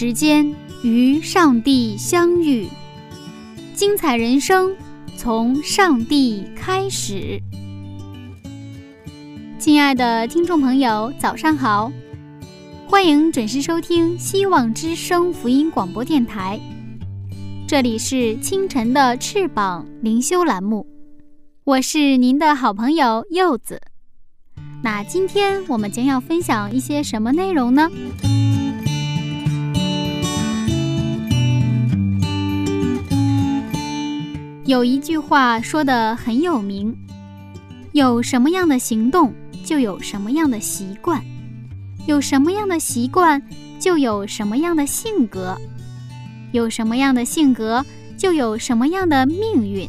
时间与上帝相遇，精彩人生从上帝开始。亲爱的听众朋友，早上好，欢迎准时收听希望之声福音广播电台，这里是清晨的翅膀灵修栏目，我是您的好朋友柚子。那今天我们将要分享一些什么内容呢？有一句话说得很有名，有什么样的行动，就有什么样的习惯；有什么样的习惯，就有什么样的性格；有什么样的性格，就有什么样的命运。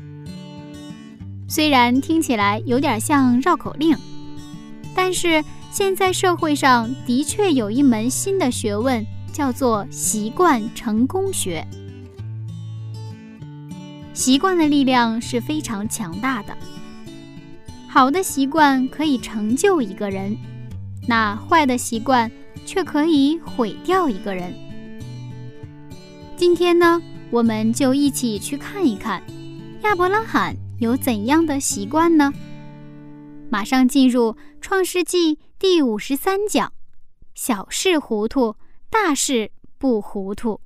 虽然听起来有点像绕口令，但是现在社会上的确有一门新的学问，叫做习惯成功学。习惯的力量是非常强大的，好的习惯可以成就一个人，那坏的习惯却可以毁掉一个人。今天呢，我们就一起去看一看亚伯拉罕有怎样的习惯呢？马上进入创世纪第53讲，小事糊涂，大事不糊涂。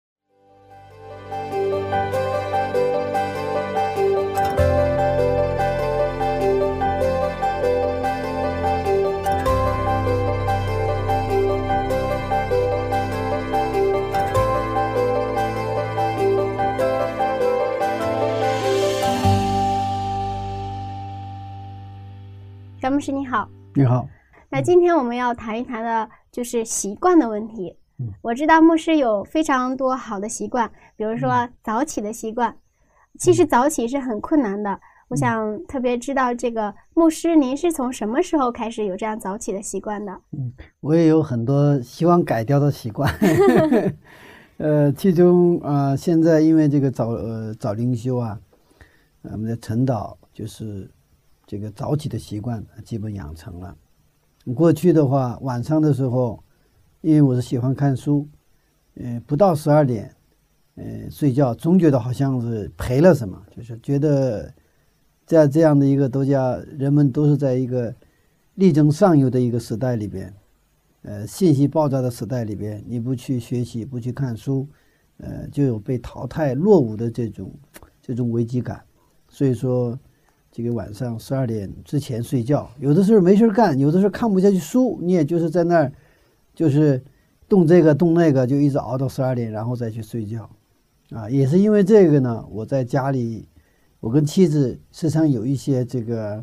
张牧师你好。 你好。 那今天我们要谈一谈的就是习惯的问题。我知道牧师有非常多好的习惯，比如说早起的习惯。其实早起是很困难的，我想特别知道这个牧师您是从什么时候开始有这样早起的习惯的？ 我也有很多希望改掉的习惯。其中现在因为这个早灵修啊，我们的晨祷就是这个早起的习惯基本养成了。过去的话，晚上的时候，因为我是喜欢看书，不到12点，睡觉，总觉得好像是赔了什么，就是觉得在这样的一个人们都是在一个力争上游的一个时代里边，信息爆炸的时代里边，你不去学习，不去看书，就有被淘汰落伍的这种危机感。所以说这个晚上12点之前睡觉，有的时候没事干，有的时候看不下去书，你也就是在那儿就是动这个动那个，就一直熬到12点，然后再去睡觉。也是因为这个呢，我在家里，我跟妻子时常有一些这个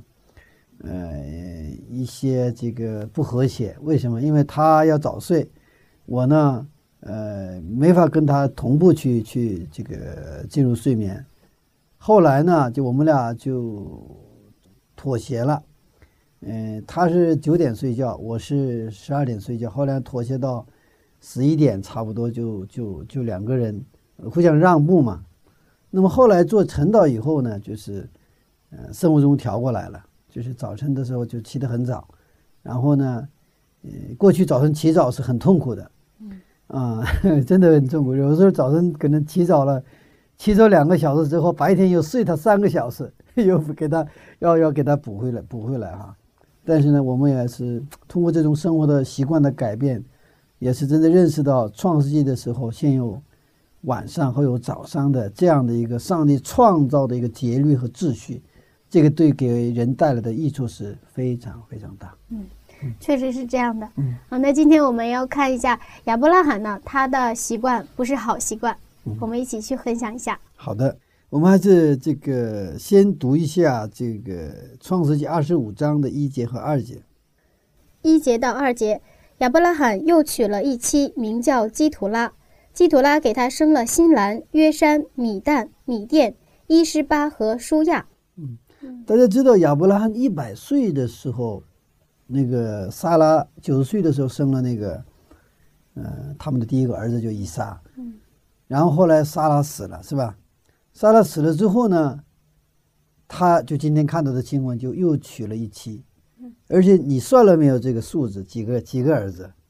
不和谐。为什么？因为她要早睡，我呢没法跟她同步去这个进入睡眠。后来呢，就我们俩就妥协了。他是9点睡觉，我是12点睡觉。后来妥协到11点，差不多就两个人互相让步嘛。那么后来做晨祷以后呢，就是生物钟调过来了，就是早晨的时候就起得很早，然后呢，过去早晨起早是很痛苦的，真的很痛苦。有的时候早晨可能起早2个小时之后，白天又睡他3个小时，又给他要给他补回来哈。但是呢，我们也是通过这种生活的习惯的改变，也是真的认识到创世纪的时候，先有晚上后有早上的这样的一个上帝创造的一个节律和秩序，这个对给人带来的益处是非常非常大。 确实是这样的。那今天我们要看一下亚伯拉罕呢，他的习惯不是好习惯，我们一起去分享一下。 好的，我们还是这个先读一下这个创世纪25章的1节和2节。 1节到2节，亚伯拉罕又娶了一妻，名叫基图拉。基图拉给他生了新兰、约山、米旦、米甸、伊施巴和舒亚。 大家知道亚伯拉罕100岁的时候，那个撒拉90岁的时候生了那个他们的第一个儿子就以撒。然后后来撒拉死了，是吧？撒拉死了之后呢，他就今天看到的经文就又娶了一妻，而且你算了没有这个数字，几个儿子？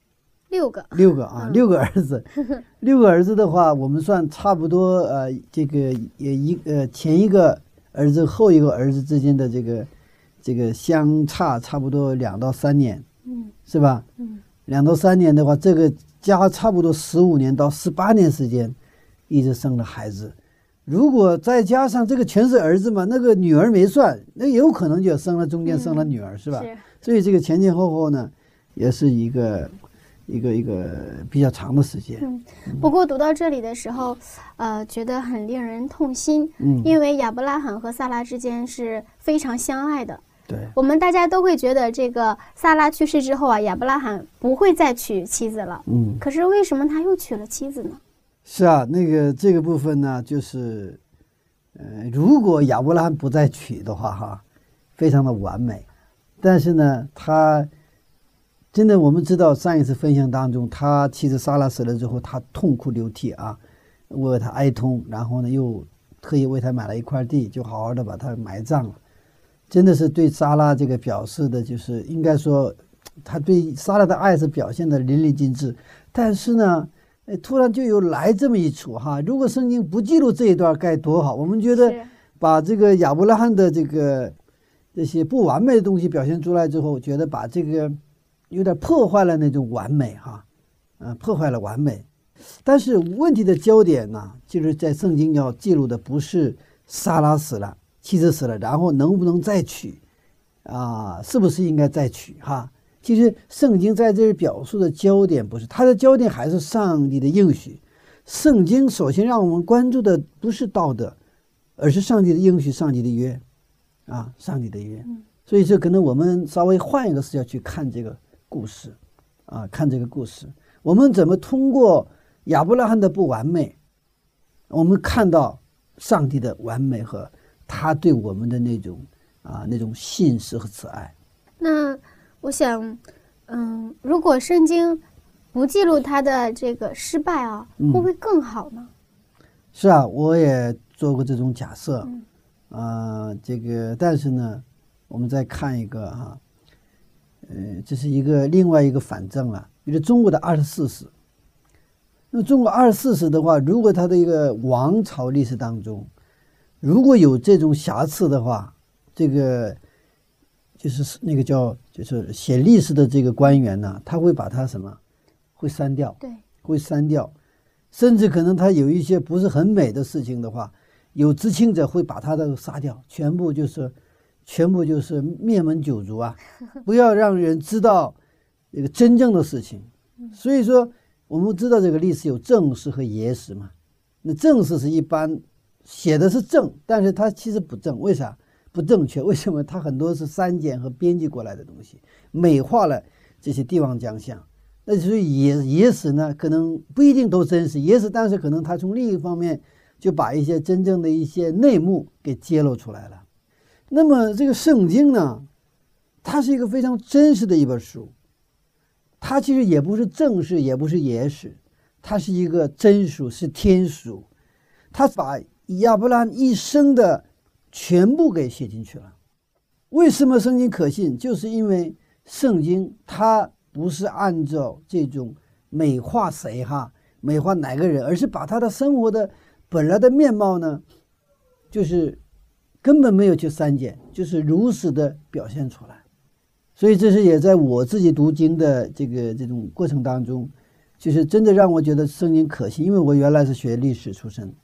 6个 ，6个啊，6个儿子，6个儿子的话，我们算差不多这个前一个儿子后一个儿子之间的这个相差差不多2到3年，是吧？2到3年的话，这个加差不多15年到18年时间，一直生了孩子。如果再加上这个全是儿子嘛，那个女儿没算，那有可能就生了中间生了女儿，是吧？所以这个前前后后呢，也是一个比较长的时间。 不过读到这里的时候，觉得很令人痛心，因为亚伯拉罕和撒拉之间是非常相爱的。 对， 我们大家都会觉得这个撒拉去世之后啊，亚伯拉罕不会再娶妻子了。可是为什么他又娶了妻子呢？ 是啊，这个部分呢，就是如果亚伯拉罕不再娶的话，哈，非常的完美。但是呢，他真的我们知道上一次分享当中，他妻子撒拉死了之后，他痛哭流涕啊，为他哀痛，然后呢又特意为他买了一块地，就好好的把他埋葬了。真的是对撒拉这个表示的，就是应该说他对撒拉的爱是表现的淋漓尽致。但是呢，突然就有来这么一出哈，如果圣经不记录这一段该多好。我们觉得把这个亚伯拉罕的这些不完美的东西表现出来之后，觉得把这个有点破坏了那种完美哈，破坏了完美。但是问题的焦点呢，就是在圣经要记录的不是撒拉死了，妻子死了，然后能不能再娶啊？是不是应该再娶哈？其实圣经在这里表述的焦点不是，它的焦点还是上帝的应许。圣经首先让我们关注的不是道德，而是上帝的应许，上帝的约啊，上帝的约。所以这可能我们稍微换一个视角去看这个故事啊，看这个故事，我们怎么通过亚伯拉罕的不完美，我们看到上帝的完美和他对我们的那种信实和慈爱。 那我想，如果圣经不记录他的这个失败啊，会不会更好呢？ 是啊，我也做过这种假设，但是呢，我们再看一个哈，这是另外一个反证了，比如中国的24史。那么中国24史的话，如果它的一个王朝历史当中，如果有这种瑕疵的话，这个就是那个就是写历史的这个官员呢，他会把它会删掉， 对，会删掉，甚至可能他有一些不是很美的事情的话，有知情者会把他的杀掉，全部就是灭门九族啊，不要让人知道这个真正的事情。所以说，我们知道这个历史有正史和野史嘛，那正史是一般写的是正，但是它其实不正，为啥？不正确，为什么？它很多是删减和编辑过来的东西，美化了这些帝王将相。那所以野史呢，可能不一定都真实，野史，但是可能它从另一方面就把一些真正的一些内幕给揭露出来了。那么这个圣经呢，它是一个非常真实的一本书，它其实也不是正史，也不是野史，它是一个真书，是天书。它把亚伯拉罕一生的全部给写进去了。为什么圣经可信？就是因为圣经它不是按照这种美化谁美化哪个人，而是把他的生活的本来的面貌呢，就是根本没有去删减，就是如实的表现出来。所以这是也在我自己读经的这种过程当中，就是真的让我觉得圣经可信。因为我原来是学历史出身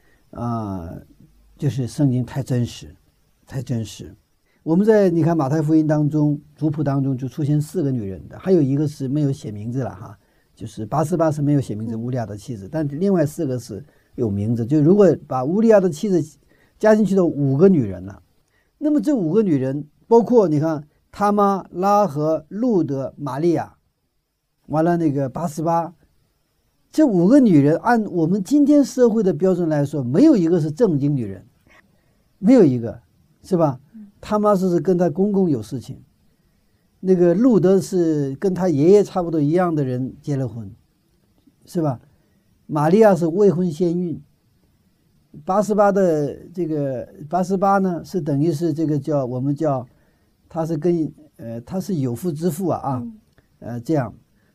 就是圣经太真实，太真实。我们你看马太福音当中族谱当中就出现4个女人的，还有一个是没有写名字了就是88是没有写名字，乌利亚的妻子，但另外4个是有名字。就如果把乌利亚的妻子加进去的5个女人了，那么这5个女人包括你看他妈、拉合、路德、玛利亚，完了那个88，这5个女人按我们今天社会的标准来说，没有一个是正经女人，没有一个，是吧？他妈是跟他公公有事情，那个路德是跟他爷爷差不多一样的人结了婚，是吧？玛利亚是未婚先孕。88的这个88呢，是等于是这个我们叫他是他是有妇之夫这样。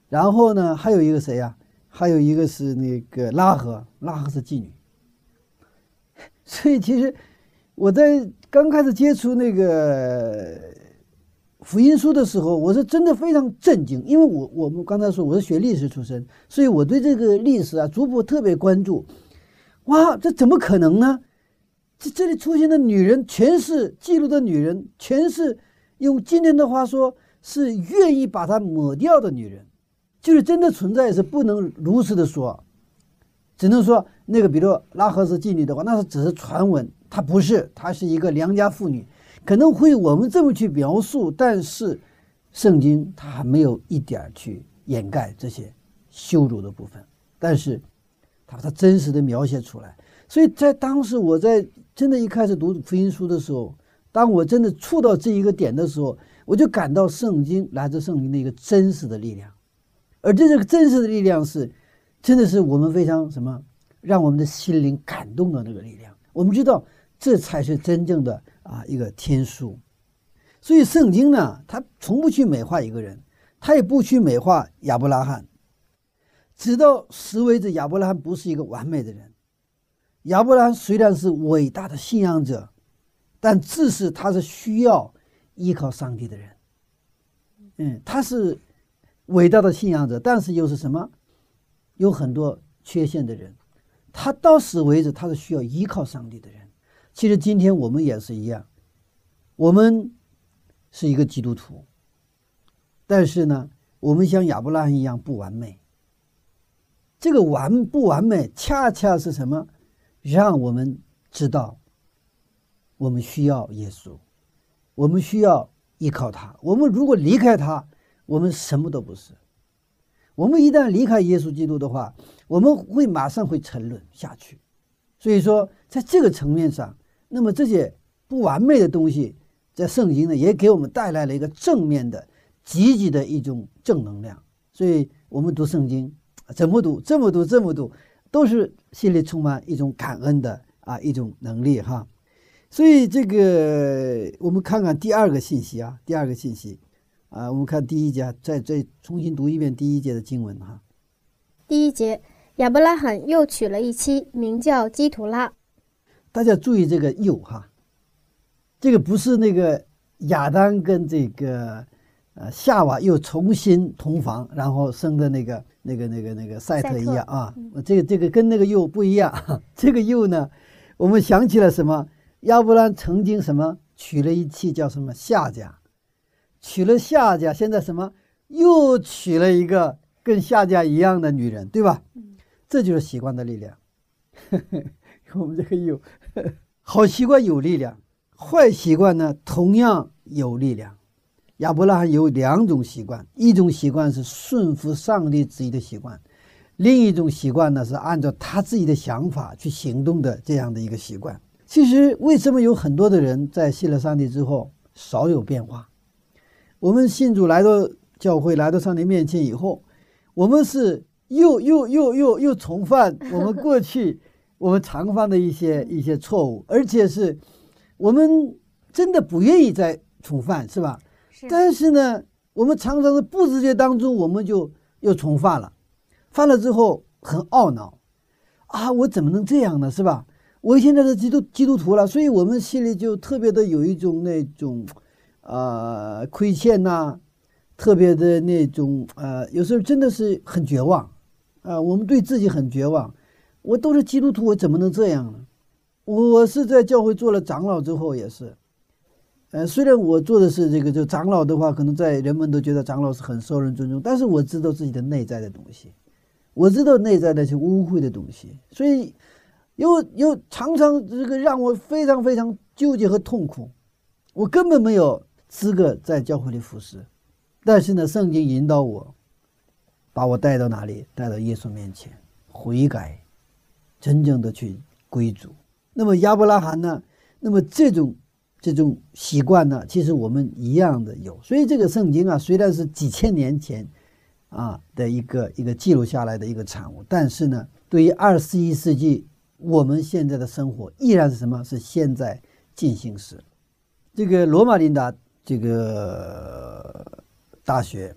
然后呢，还有一个谁呀？还有一个是那个拉合，拉合是妓女。所以其实我在刚开始接触那个福音书的时候，我是真的非常震惊，因为我们刚才说我是学历史出身，所以我对这个历史啊族谱特别关注。哇，这怎么可能呢？这里出现的女人全是记录的女人，全是用今天的话说是愿意把她抹掉的女人，就是真的存在是不能如实的说，只能说那个比如拉合是妓女的话，那是只是传闻，她不是，她是一个良家妇女，可能会我们这么去描述，但是圣经它还没有一点去掩盖这些羞辱的部分，但是它把它真实的描写出来。所以在当时我在真的一开始读福音书的时候，当我真的触到这一个点的时候，我就感到圣经来自圣经的一个真实的力量，而这个真实的力量是真的是我们非常什么让我们的心灵感动的那个力量。我们知道这才是真正的一个天书。所以圣经呢，它从不去美化一个人，它也不去美化亚伯拉罕。直到死为止，亚伯拉罕不是一个完美的人。亚伯拉罕虽然是伟大的信仰者，但自是他是需要依靠上帝的人。他是伟大的信仰者，但是又是什么？有很多缺陷的人。他到死为止，他是需要依靠上帝的人。其实今天我们也是一样，我们是一个基督徒，但是呢，我们像亚伯拉罕一样不完美。这个不完美，恰恰是什么？让我们知道我们需要耶稣，我们需要依靠他。我们如果离开他，我们什么都不是。我们一旦离开耶稣基督的话，我们会马上会沉沦下去。所以说在这个层面上，那么这些不完美的东西在圣经呢也给我们带来了一个正面的积极的一种正能量。所以我们读圣经怎么读，这么读都是心里充满一种感恩的一种能力哈。所以这个我们看看第二个信息我们看第一节，再重新读一遍第一节的经文哈。 第一节，亚伯拉罕又娶了一妻，名叫基图拉。 大家注意这个又哈，这个不是那个亚当跟这个夏娃又重新同房，然后生的那个赛特一样啊。这个跟那个又不一样。这个又呢，我们想起了什么？亚伯兰曾经什么娶了一妻叫什么夏甲，娶了夏甲，现在什么又娶了一个跟夏甲一样的女人，对吧？这就是习惯的力量。我们这个又好习惯有力量，坏习惯呢同样有力量。亚伯拉罕有两种习惯，一种习惯是顺服上帝旨意的习惯，另一种习惯呢是按照他自己的想法去行动的这样的一个习惯。其实为什么有很多的人在信了上帝之后少有变化？我们信主来到教会，来到上帝面前以后，我们是又重犯我们过去我们常犯的一些错误，而且是我们真的不愿意再重犯，是吧？但是呢，我们常常是不自觉当中我们就又重犯了，犯了之后很懊恼我怎么能这样呢，是吧？我现在是基督徒了，所以我们心里就特别的有一种那种亏欠特别的那种有时候真的是很绝望我们对自己很绝望。我都是基督徒，我怎么能这样呢？我是在教会做了长老之后也是虽然我做的是这个就长老的话，可能在人们都觉得长老是很受人尊重，但是我知道自己的内在的东西，我知道内在的是污秽的东西，所以又常常这个让我非常非常纠结和痛苦。我根本没有资格在教会里服侍，但是呢，圣经引导我，把我带到哪里？带到耶稣面前，悔改，真正的去归主。那么亚伯拉罕呢？那么这种习惯呢，其实我们一样的有。所以这个圣经虽然是几千年前的一个记录下来的一个产物，但是呢，对于21世纪我们现在的生活依然是什么？是现在进行时。这个罗马琳达这个大学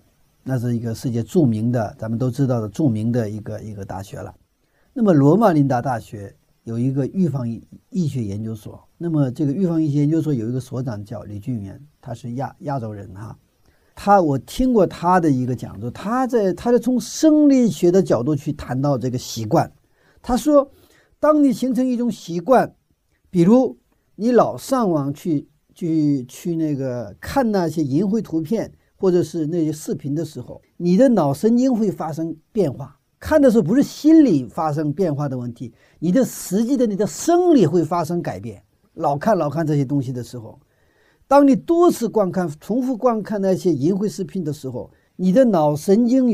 那是一个世界著名的，咱们都知道的著名的一个大学了。那么罗马林达大学有一个预防医学研究所，那么这个预防医学研究所有一个所长叫李俊元，他是亚洲人哈。我听过他的一个讲座，他在从生理学的角度去谈到这个习惯。他说，当你形成一种习惯，比如你老上网去那个看那些淫秽图片或者是那些视频的时候，你的脑神经会发生变化。看的时候不是心理发生变化的问题，你的生理会发生改变。老看这些东西的时候，当你多次重复观看那些淫秽视频的时候，你的脑神经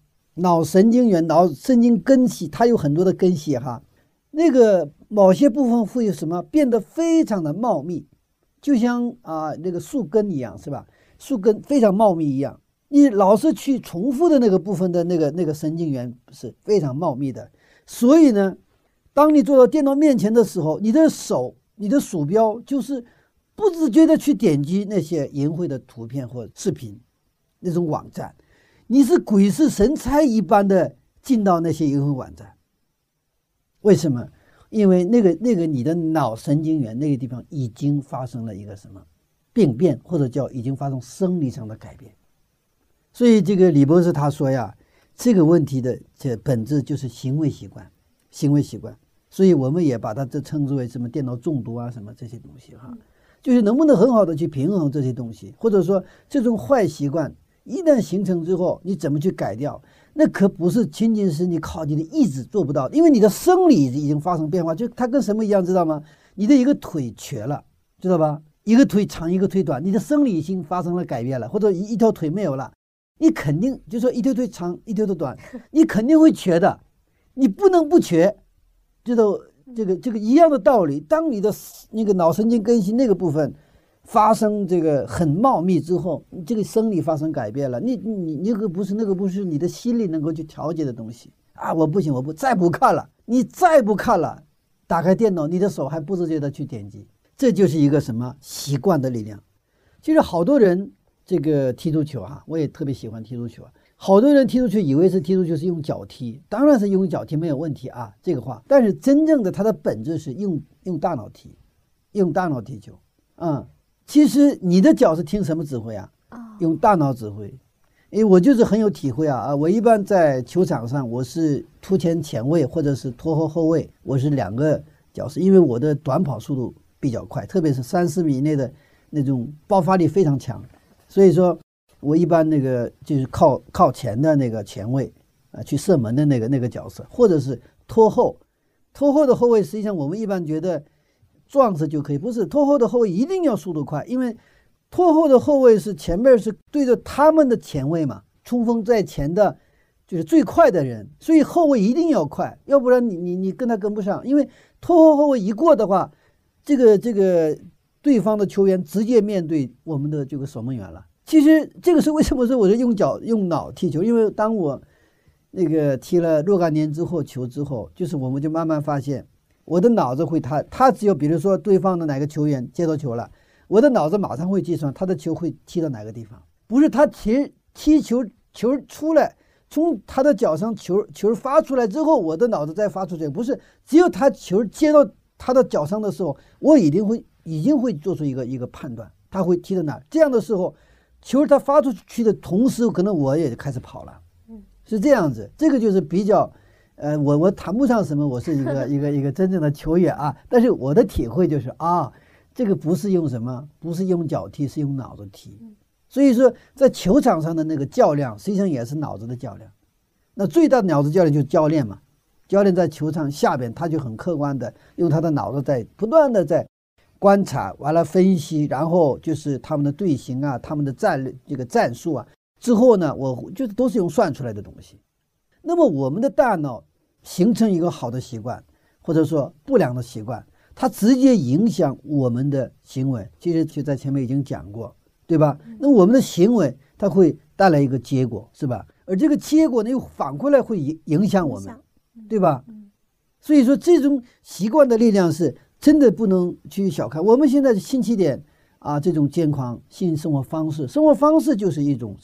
根系，它有很多的根系哈，那个某些部分会什么变得非常的茂密，就像那个树根一样，是吧？树根非常茂密一样。你老是去重复的那个部分的那个神经元是非常茂密的，所以呢，当你坐到电脑面前的时候，你的鼠标就是不自觉的去点击那些淫秽的图片或视频，那种网站，你是鬼使神差一般的进到那些淫秽网站。为什么？因为那个你的脑神经元那个地方已经发生了一个什么病变，或者叫已经发生生理上的改变。所以这个李博士他说呀，这个问题的这本质就是行为习惯。所以我们也把它称之为什么电脑中毒啊，什么这些东西哈，就是能不能很好的去平衡这些东西，或者说这种坏习惯一旦形成之后，你怎么去改掉？那可不是仅仅是你靠你的意志做不到，因为你的生理已经发生变化。就它跟什么一样，知道吗？你的一个腿瘸了，知道吧？一个腿长一个腿短，你的生理已经发生了改变了，或者一条腿没有了。你肯定就说一条腿长一条腿短，你肯定会瘸的，你不能不瘸，知道这个一样的道理。当你的那个脑神经根系那个部分发生这个很茂密之后，你这个生理发生改变了，你那个不是你的心理能够去调节的东西啊！我不行，再不看了，你再不看了，打开电脑，你的手还不自觉的去点击，这就是一个什么习惯的力量。其实好多人。这个踢足球我也特别喜欢踢足球好多人踢足球以为是踢足球是用脚踢，当然是用脚踢没有问题这个话，但是真正的它的本质是用大脑踢，用大脑踢球其实你的脚是听什么指挥用大脑指挥。因为我就是很有体会我一般在球场上我是突前前卫或者是拖后后卫，我是2个角色，因为我的短跑速度比较快，特别是30米以内的那种爆发力非常强。所以说我一般那个就是靠前的那个前卫去射门的那个角色，或者是拖后的后卫。实际上我们一般觉得壮实就可以，不是，拖后的后卫一定要速度快，因为拖后的后卫是前面是对着他们的前卫嘛，冲锋在前的就是最快的人，所以后卫一定要快，要不然你跟他跟不上。因为拖后卫一过的话，这个对方的球员直接面对我们的这个守门员了。其实这个是为什么说我是用脑踢球，因为当我那个踢了若干年之后就是我们就慢慢发现我的脑子会他只有比如说对方的哪个球员接到球了，我的脑子马上会计算他的球会踢到哪个地方，不是他踢球出来，从他的脚上球发出来之后我的脑子再发出去，不是，只有他球接到他的脚上的时候，我已经会做出一个判断，他会踢到哪。这样的时候，球他发出去的同时，可能我也开始跑了，是这样子。这个就是比较，我谈不上什么，我是一个真正的球员但是我的体会就是这个不是用什么，不是用脚踢，是用脑子踢。所以说，在球场上的那个较量，实际上也是脑子的较量。那最大的脑子较量就是教练嘛。教练在球场下边，他就很客观的用他的脑子在不断的在观察，完了分析，然后就是他们的队形他们的战术之后呢，我就是都是用算出来的东西。那么我们的大脑形成一个好的习惯，或者说不良的习惯，它直接影响我们的行为。其实就在前面已经讲过，对吧？那我们的行为它会带来一个结果，是吧？而这个结果呢，又反过来会影响我们，对吧？所以说这种习惯的力量是真的不能去小看。我们现在的新起点这种健康新生活方式就是一种什么？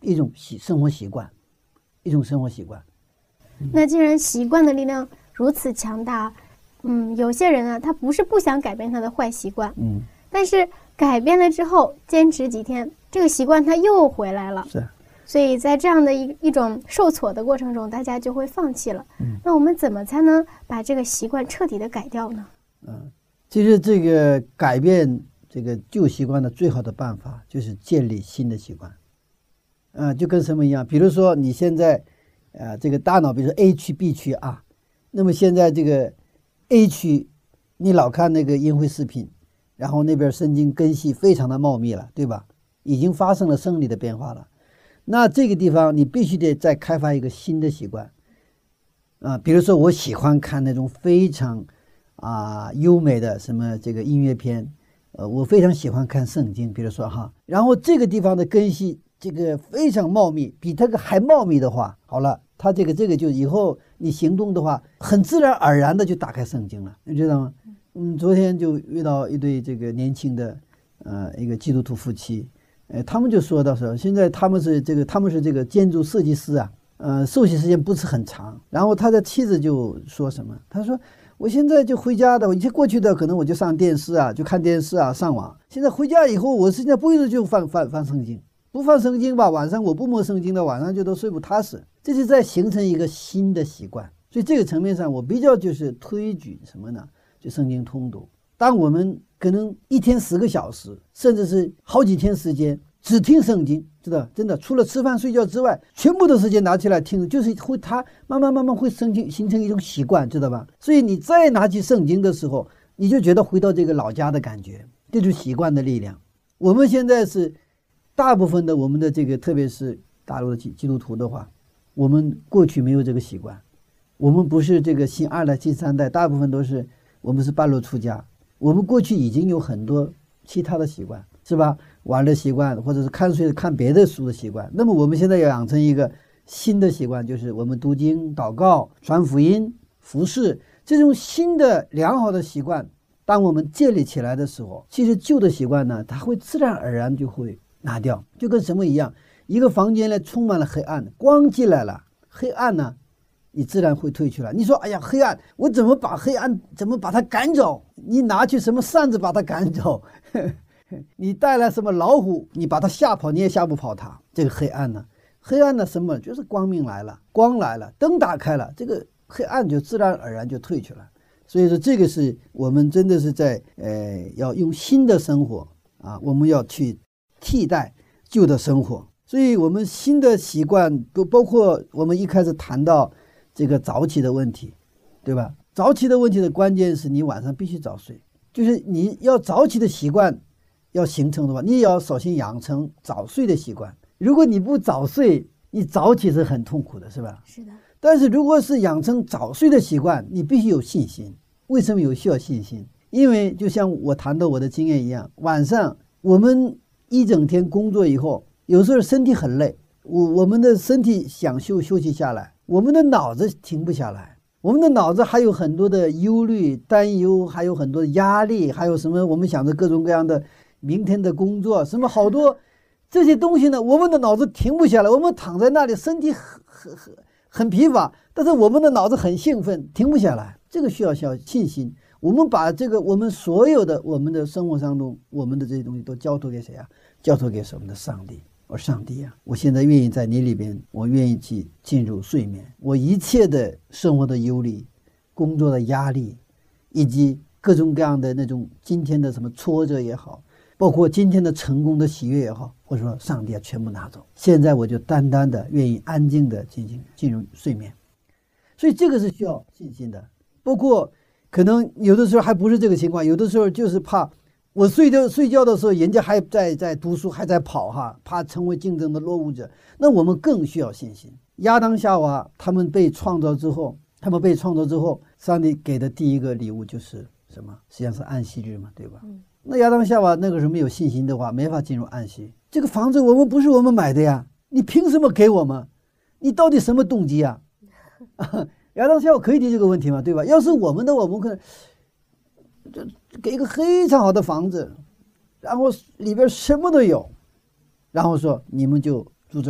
一种生活习惯，一种生活习惯。 那既然习惯的力量如此强大，有些人啊，他不是不想改变他的坏习惯，但是改变了之后，坚持几天，这个习惯他又回来了。 是。 所以在这样的一种受挫的过程中，大家就会放弃了。那我们怎么才能把这个习惯彻底的改掉呢？ 其实这个改变这个旧习惯的最好的办法就是建立新的习惯。就跟什么一样，比如说你现在这个大脑，比如说 A 区 B 区啊，那么现在这个 A 区你老看那个淫秽视频，然后那边神经根系非常的茂密了，对吧？已经发生了生理的变化了。那这个地方你必须得再开发一个新的习惯比如说我喜欢看那种非常优美的什么这个音乐片，我非常喜欢看圣经，比如说哈，然后这个地方的根系这个非常茂密，比这个还茂密的话，好了，它这个就以后你行动的话，很自然而然的就打开圣经了，你知道吗？昨天就遇到一对这个年轻的一个基督徒夫妻。他们就说到说，现在他们是这个建筑设计师受洗时间不是很长。然后他的妻子就说什么？他说我现在就回家的，以前过去的可能我就上电视就看电视上网。现在回家以后，我现在不一直就翻圣经，不翻圣经吧，晚上我不摸圣经的，晚上就都睡不踏实。这是在形成一个新的习惯。所以这个层面上，我比较就是推举什么呢？就圣经通读。当我们可能一天10个小时，甚至是好几天时间只听圣经，知道真的除了吃饭睡觉之外，全部的时间拿起来听，就是它慢慢会形成一种习惯，知道吧？所以你再拿起圣经的时候，你就觉得回到这个老家的感觉，这就是习惯的力量。我们现在是大部分的我们的这个，特别是大陆的基督徒的话，我们过去没有这个习惯，我们不是这个新2代、新3代，大部分都是我们是半路出家。我们过去已经有很多其他的习惯，是吧？玩的习惯，或者是看别的书的习惯。那么我们现在要养成一个新的习惯，就是我们读经、祷告、传福音、服侍这种新的良好的习惯。当我们建立起来的时候，其实旧的习惯呢，它会自然而然就会拿掉，就跟什么一样？一个房间呢充满了黑暗，光进来了，黑暗呢？你自然会退去了。你说哎呀，黑暗，我怎么把黑暗它赶走？你拿去什么扇子把它赶走？你带来什么老虎，你把它吓跑，你也吓不跑它。这个黑暗呢，什么？就是光明来了，光来了，灯打开了，这个黑暗就自然而然就退去了。所以说这个是我们真的是在要用新的生活我们要去替代旧的生活。所以我们新的习惯都包括我们一开始谈到这个早起的问题，对吧？早起的问题的关键是你晚上必须早睡，就是你要早起的习惯要形成的话，你也要首先养成早睡的习惯。如果你不早睡，你早起是很痛苦的，是吧？ 是的。但是如果是养成早睡的习惯，你必须有信心。为什么需要信心？因为就像我谈到我的经验一样，晚上我们一整天工作以后，有时候身体很累，我们的身体想休息下来，我们的脑子停不下来，我们的脑子还有很多的忧虑、担忧，还有很多的压力，还有什么我们想着各种各样的明天的工作，什么好多这些东西呢，我们的脑子停不下来，我们躺在那里，身体很疲乏，但是我们的脑子很兴奋，停不下来。这个需要信心。我们把这个我们所有的我们的生活当中，我们的这些东西都交托给谁啊？交托给我们的上帝。上帝啊，我现在愿意在你里边，我愿意去进入睡眠。我一切的生活的忧虑、工作的压力，以及各种各样的那种今天的什么挫折也好，包括今天的成功的喜悦也好，或者说上帝全部拿走。现在我就单单的愿意安静的进入睡眠。所以这个是需要信心的。包括可能有的时候还不是这个情况，有的时候就是怕我睡觉的时候，人家还在读书，还在跑怕成为竞争的落伍者，那我们更需要信心。亚当夏娃他们被创造之后，上帝给的第一个礼物就是什么？实际上是安息日嘛，对吧？那亚当夏娃那个时候没有信心的话，没法进入安息。这个房子不是我们买的呀，你凭什么给我们？你到底什么动机啊？亚当夏娃可以提这个问题嘛，对吧？要是我们可能就给一个非常好的房子，然后里边什么都有，然后说你们就住这儿，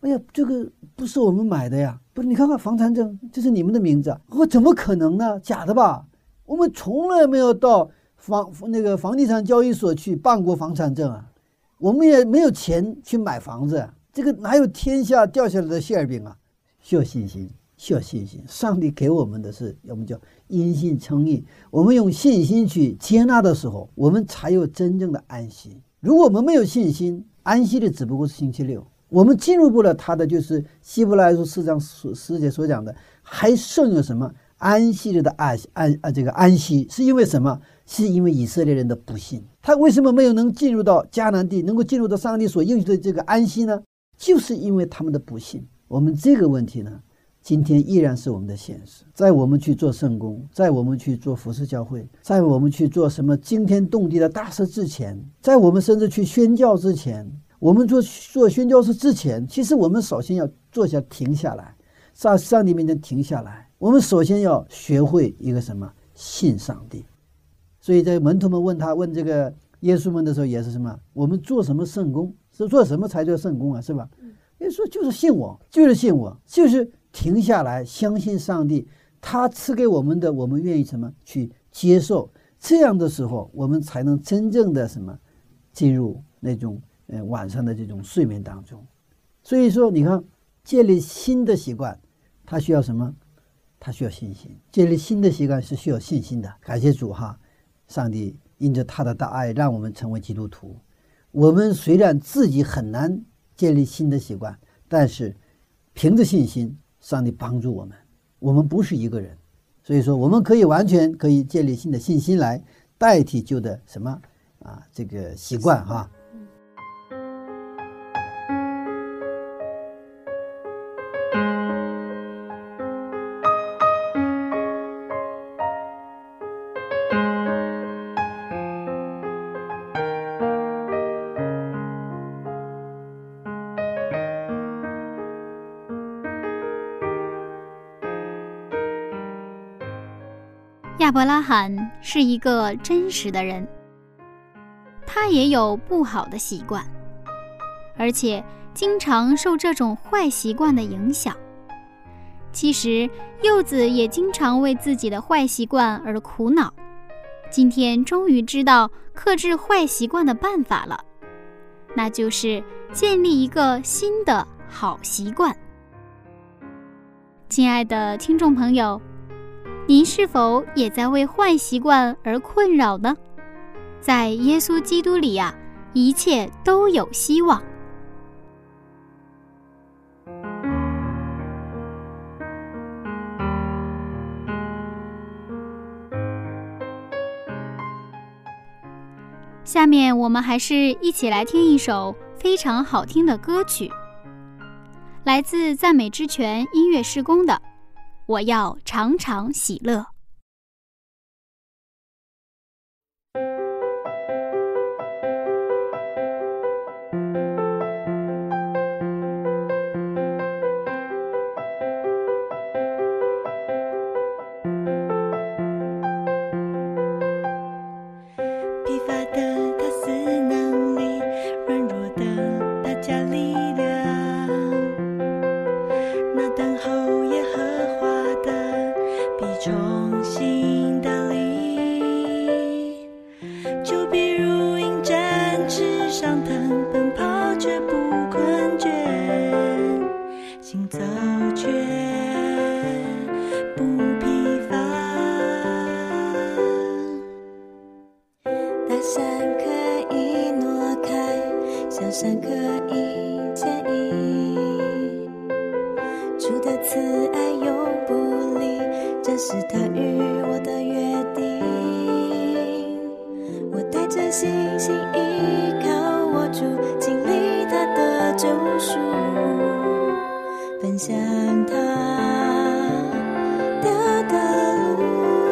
哎呀，这个不是我们买的呀，不是，你看看房产证，这是你们的名字啊。我怎么可能呢？假的吧？我们从来没有到房地产交易所去办过房产证啊，我们也没有钱去买房子啊，这个哪有天下掉下来的馅饼啊？需要信心，需要信心。上帝给我们的是我们叫因信称义，我们用信心去接纳的时候，我们才有真正的安息。如果我们没有信心，安息的只不过是星期六，我们进入不了他的，就是希伯来书4章10节所讲的，还剩有什么安息的这个安息，是因为什么？是因为以色列人的不信。他为什么没有能进入到迦南地，能够进入到上帝所应许的这个安息呢？就是因为他们的不信。我们这个问题呢，今天依然是我们的现实。在我们去做圣工，在我们去做服事教会，在我们去做什么惊天动地的大事之前，在我们甚至去宣教之前，我们做宣教事之前，其实我们首先要停下来，在上帝面前停下来。我们首先要学会一个什么？信上帝。所以在门徒们问这个耶稣们的时候，也是什么？我们做什么圣工？是做什么才叫圣工啊？是吧？耶稣就是信我，就是停下来，相信上帝，他赐给我们的，我们愿意什么去接受。这样的时候，我们才能真正的什么进入那种晚上的这种睡眠当中。所以说，你看，建立新的习惯，它需要什么？它需要信心。建立新的习惯是需要信心的。感谢主哈，上帝因着他的大爱，让我们成为基督徒。我们虽然自己很难建立新的习惯，但是凭着信心，上帝帮助我们。我们不是一个人，所以说我们完全可以建立新的信心来代替旧的什么这个习惯哈。 亚伯拉罕是一个真实的人，他也有不好的习惯，而且经常受这种坏习惯的影响。其实柚子也经常为自己的坏习惯而苦恼，今天终于知道克制坏习惯的办法了，那就是建立一个新的好习惯。亲爱的听众朋友，您是否也在为坏习惯而困扰呢？在耶稣基督里啊，一切都有希望。下面我们还是一起来听一首非常好听的歌曲，来自赞美之泉音乐事工的我要常常喜乐。 疲乏的他赐能力，软弱的他加力量，那等候耶和华的必重新得力，就比如鹰展翅上腾，奔跑却不困倦，行走却不疲乏。大山可以挪开，小山可以迁移，主的慈爱永不离，这是他与我的约定。我带着信心依靠我主，经历他的救赎，奔向他的路。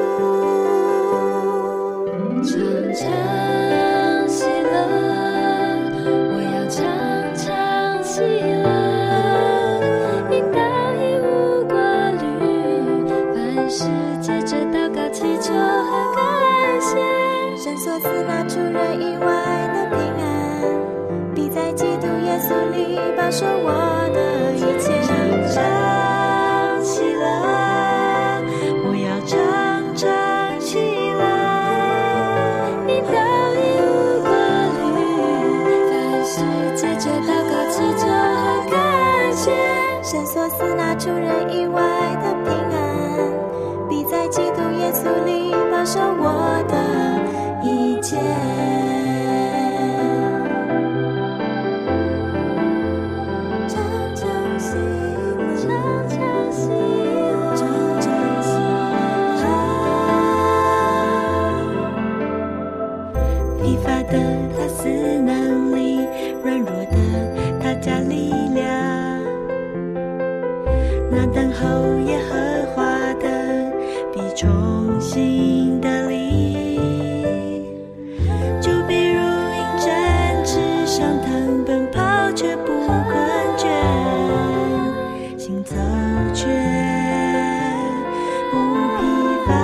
常常喜乐，我要常常喜乐，应当一无挂虑，凡事借着祷告祈求和感谢，神所赐那出人意外的平安，必在基督耶稣里保守我的一切。常常喜乐，我要常常喜乐，你的义无挂虑，凡事借着祷告祈求和感谢，神所赐那出人意外的平安，必在基督耶稣里保守我的一切。疲乏的他赐能力，软弱的他加力量。那等候耶和华的，必重新得力。就比如鹰展翅上腾，奔跑却不困倦，行走却不疲乏。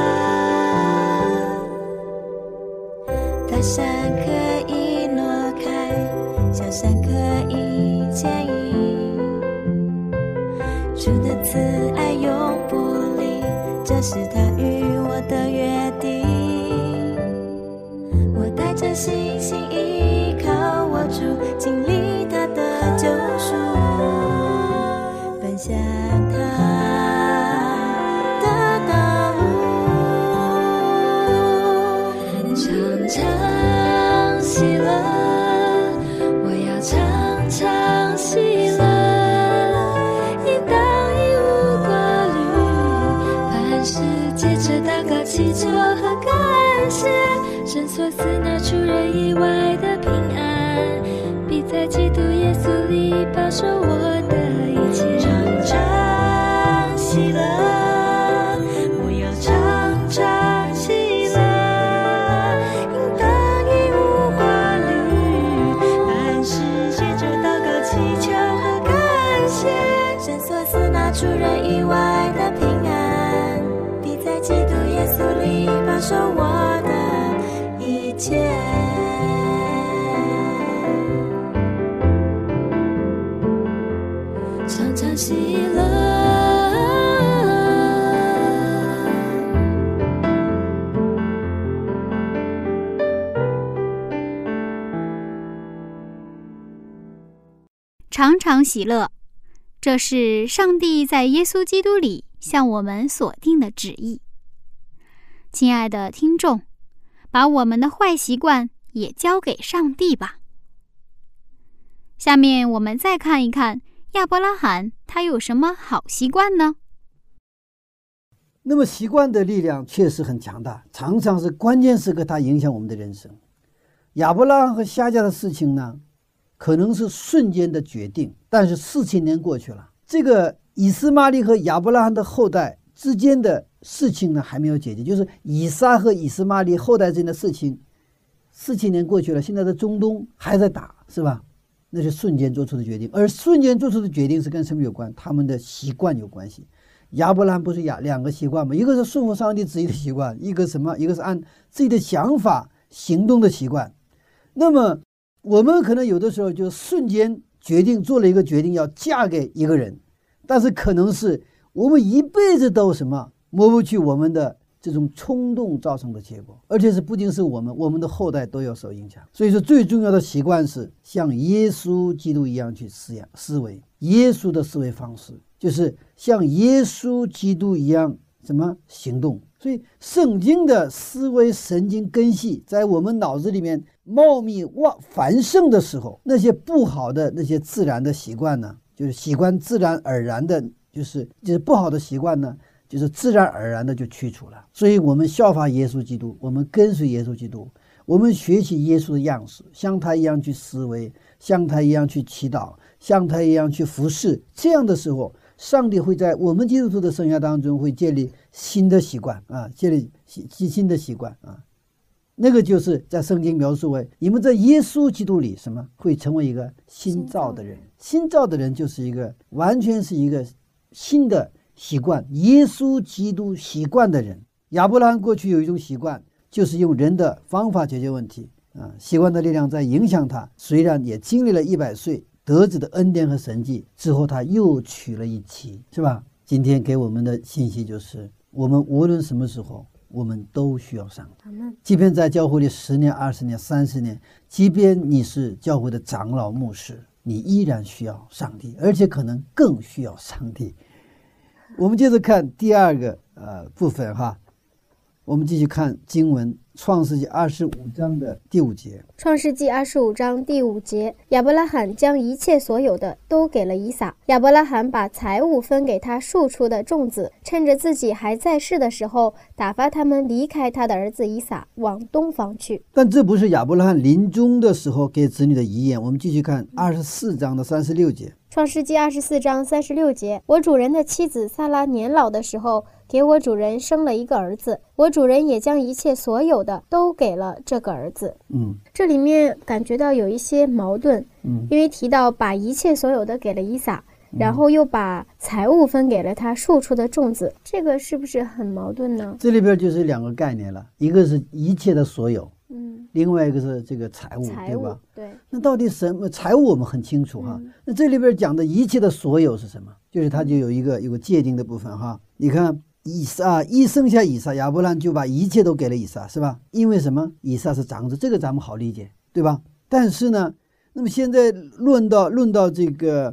大山可以挪开，小山可以牵引，主的慈爱永不离，这是他与我的约定。我带着信心依靠我主，经历他的救赎，奔向他的道路。常常喜乐，我要常常喜乐，应当义无挂虑，凡事借着祷告祈求和感谢，神所赐那出人意外的平安，必在基督耶稣里保守我的一切。常常喜乐，我要常常喜乐，应当义无挂虑，凡事借着祷告祈求和感谢，神所赐那出人意外的平安，必在基督耶稣里保守我的一切。常常喜乐。 常常喜乐，这是上帝在耶稣基督里向我们所定的旨意。亲爱的听众，把我们的坏习惯也交给上帝吧。下面我们再看一看亚伯拉罕他有什么好习惯呢？ 那么习惯的力量确实很强大，常常是关键时刻它影响我们的人生。亚伯拉罕和夏甲的事情呢，可能是瞬间的决定，但是4000年过去了，这个以斯玛利和亚伯拉罕的后代之间的事情呢还没有解决，就是以撒和以斯玛利后代之间的事情，4000年过去了，现在的中东还在打，是吧？那是瞬间做出的决定，而瞬间做出的决定是跟什么有关？他们的习惯有关系。亚伯拉罕不是两个习惯吗？一个是顺服上帝旨意的习惯，一个什么？一个是按自己的想法行动的习惯。那么我们可能有的时候就瞬间决定做了一个决定要嫁给一个人，但是可能是我们一辈子都什么抹不去我们的这种冲动造成的结果，而且是不仅是我们的后代都要受影响。所以说最重要的习惯是像耶稣基督一样去思维，耶稣的思维方式就是像耶稣基督一样怎么行动。所以圣经的思维神经根系在我们脑子里面茂密繁盛的时候，那些不好的那些自然的习惯呢，就是习惯自然而然的，就是不好的习惯呢，就是自然而然的就去除了。所以我们效法耶稣基督，我们跟随耶稣基督，我们学习耶稣的样式，像他一样去思维，像他一样去祈祷，像他一样去服侍。这样的时候，上帝会在我们基督徒的生涯当中会建立新的习惯啊，建立新的习惯啊。那个就是在圣经描述为你们在耶稣基督里什么会成为一个新造的人。新造的人就是一个完全是一个新的习惯，耶稣基督习惯的人。亚伯拉罕过去有一种习惯，就是用人的方法解决问题啊，习惯的力量在影响他，虽然也经历了100岁， 得子的恩典和神迹之后，他又娶了一妻，是吧？今天给我们的信息就是，我们无论什么时候，我们都需要上帝。即便在教会里10年、20年、30年，即便你是教会的长老牧师，你依然需要上帝，而且可能更需要上帝。我们接着看第二个部分哈，我们继续看经文，创世纪25章的第5节。 创世纪25章第5节，亚伯拉罕将一切所有的都给了以撒。亚伯拉罕把财物分给他庶出的众子，趁着自己还在世的时候，打发他们离开他的儿子以撒，往东方去。 但这不是亚伯拉罕临终的时候给子女的遗言。我们继续看24章的36节。 创世纪24章36节，我主人的妻子撒拉年老的时候，给我主人生了一个儿子，我主人也将一切所有的都给了这个儿子。这里面感觉到有一些矛盾，因为提到把一切所有的给了以撒，然后又把财物分给了他庶出的众子，这个是不是很矛盾呢？ 这里边就是2个概念了，一个是一切的所有，另外一个是这个财物，对吧？对。那到底什么财物我们很清楚哈。那这里边讲的一切的所有是什么？就是它就有一个界定的部分哈。你看以撒一生下以撒，亚伯兰就把一切都给了以撒，是吧？因为什么？以撒是长子，这个咱们好理解，对吧？但是呢，那么现在论到这个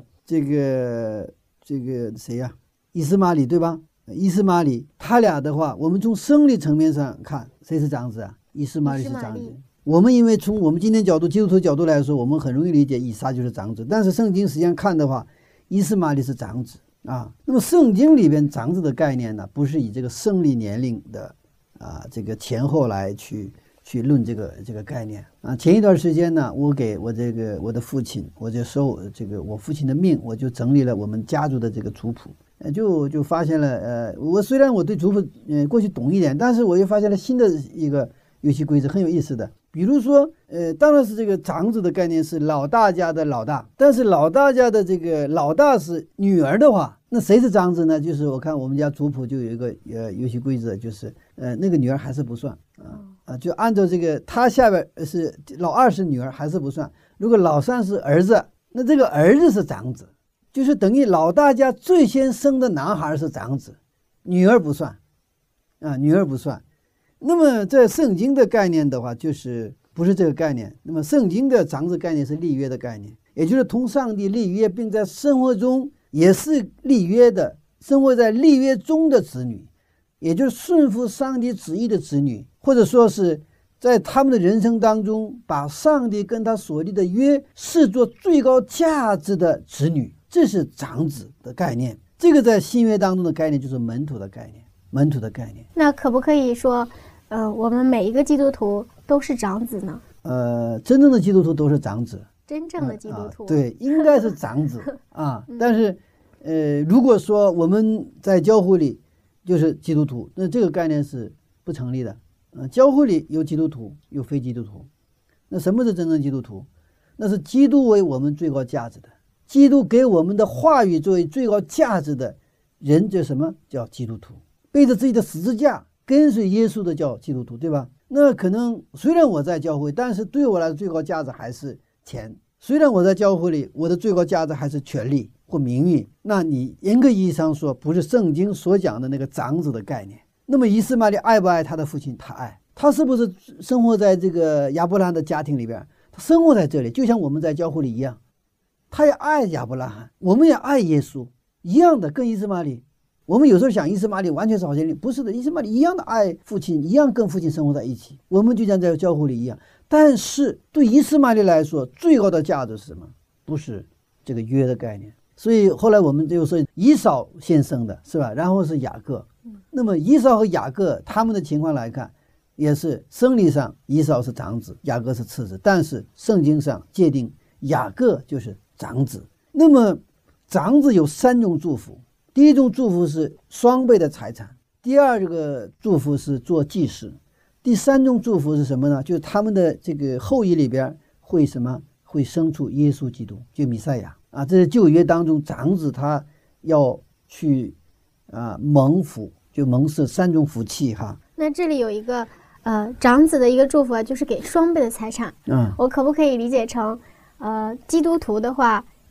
谁呀？以斯玛里，对吧？以斯玛里他俩的话，我们从生理层面上看，谁是长子啊？以斯玛里是长子。我们因为从我们今天角度，基督徒角度来说，我们很容易理解以撒就是长子，但是圣经实际上看的话，以斯玛里是长子啊。那么圣经里边长子的概念呢，不是以这个生理年龄的这个前后来去论这个概念啊。前一段时间呢，我给我的父亲，我就收我父亲的命，我就整理了我们家族的这个族谱。就发现了，我虽然我对族谱过去懂一点，但是我又发现了新的一个游戏规则，很有意思的。比如说，当然是这个长子的概念是老大家的老大，但是老大家的这个老大是女儿的话，那谁是长子呢？就是我看我们家族谱就有一个游戏规则，就是那个女儿还是不算就按照这个，他下边是老二是女儿还是不算，如果老三是儿子，那这个儿子是长子。就是等于老大家最先生的男孩是长子，女儿不算女儿不算。那么在圣经的概念的话，就是不是这个概念。那么圣经的长子概念是立约的概念，也就是同上帝立约，并在生活中也是立约的，生活在立约中的子女，也就是顺服上帝旨意的子女，或者说是在他们的人生当中把上帝跟他所立的约视作最高价值的子女，这是长子的概念。这个在新约当中的概念就是门徒的概念。 那可不可以说我们每一个基督徒都是长子呢？ 真正的基督徒都是长子。 真正的基督徒对，应该是长子但是如果说我们在教会里就是基督徒，那这个概念是不成立的。教会里有基督徒有非基督徒。那什么是真正基督徒？那是基督为我们最高价值的，基督给我们的话语作为最高价值的人，叫什么？叫基督徒。背着自己的十字架跟随耶稣的叫基督徒，对吧？那可能虽然我在教会，但是对我来说最高价值还是钱。虽然我在教会里，我的最高价值还是权力或名誉。那你严格意义上说，不是圣经所讲的那个长子的概念。那么以斯玛利爱不爱他的父亲？他爱。他是不是生活在这个亚伯拉罕的家庭里边？他生活在这里，就像我们在教会里一样。他也爱亚伯拉罕，我们也爱耶稣，一样的，跟以斯玛利。我们有时候想以斯玛利完全是好兄弟，不是的，以斯玛利一样的爱父亲，一样跟父亲生活在一起，我们就像在教会里一样。但是对以斯玛利来说，最高的价值是什么？不是这个约的概念。所以后来我们就说以扫先生的是吧？然后是雅各。那么以扫和雅各他们的情况来看，也是生理上以扫是长子，雅各是次子，但是圣经上界定雅各就是长子。那么长子有3种祝福。第一种祝福是双倍的财产，第二个祝福是做祭司，第3种祝福是什么呢？就是他们的这个后裔里边会什么？会生出耶稣基督，就弥赛亚这是旧约当中长子他要去蒙福，就蒙受3种福气哈。 那这里有一个长子的一个祝福就是给双倍的财产。我可不可以理解成基督徒的话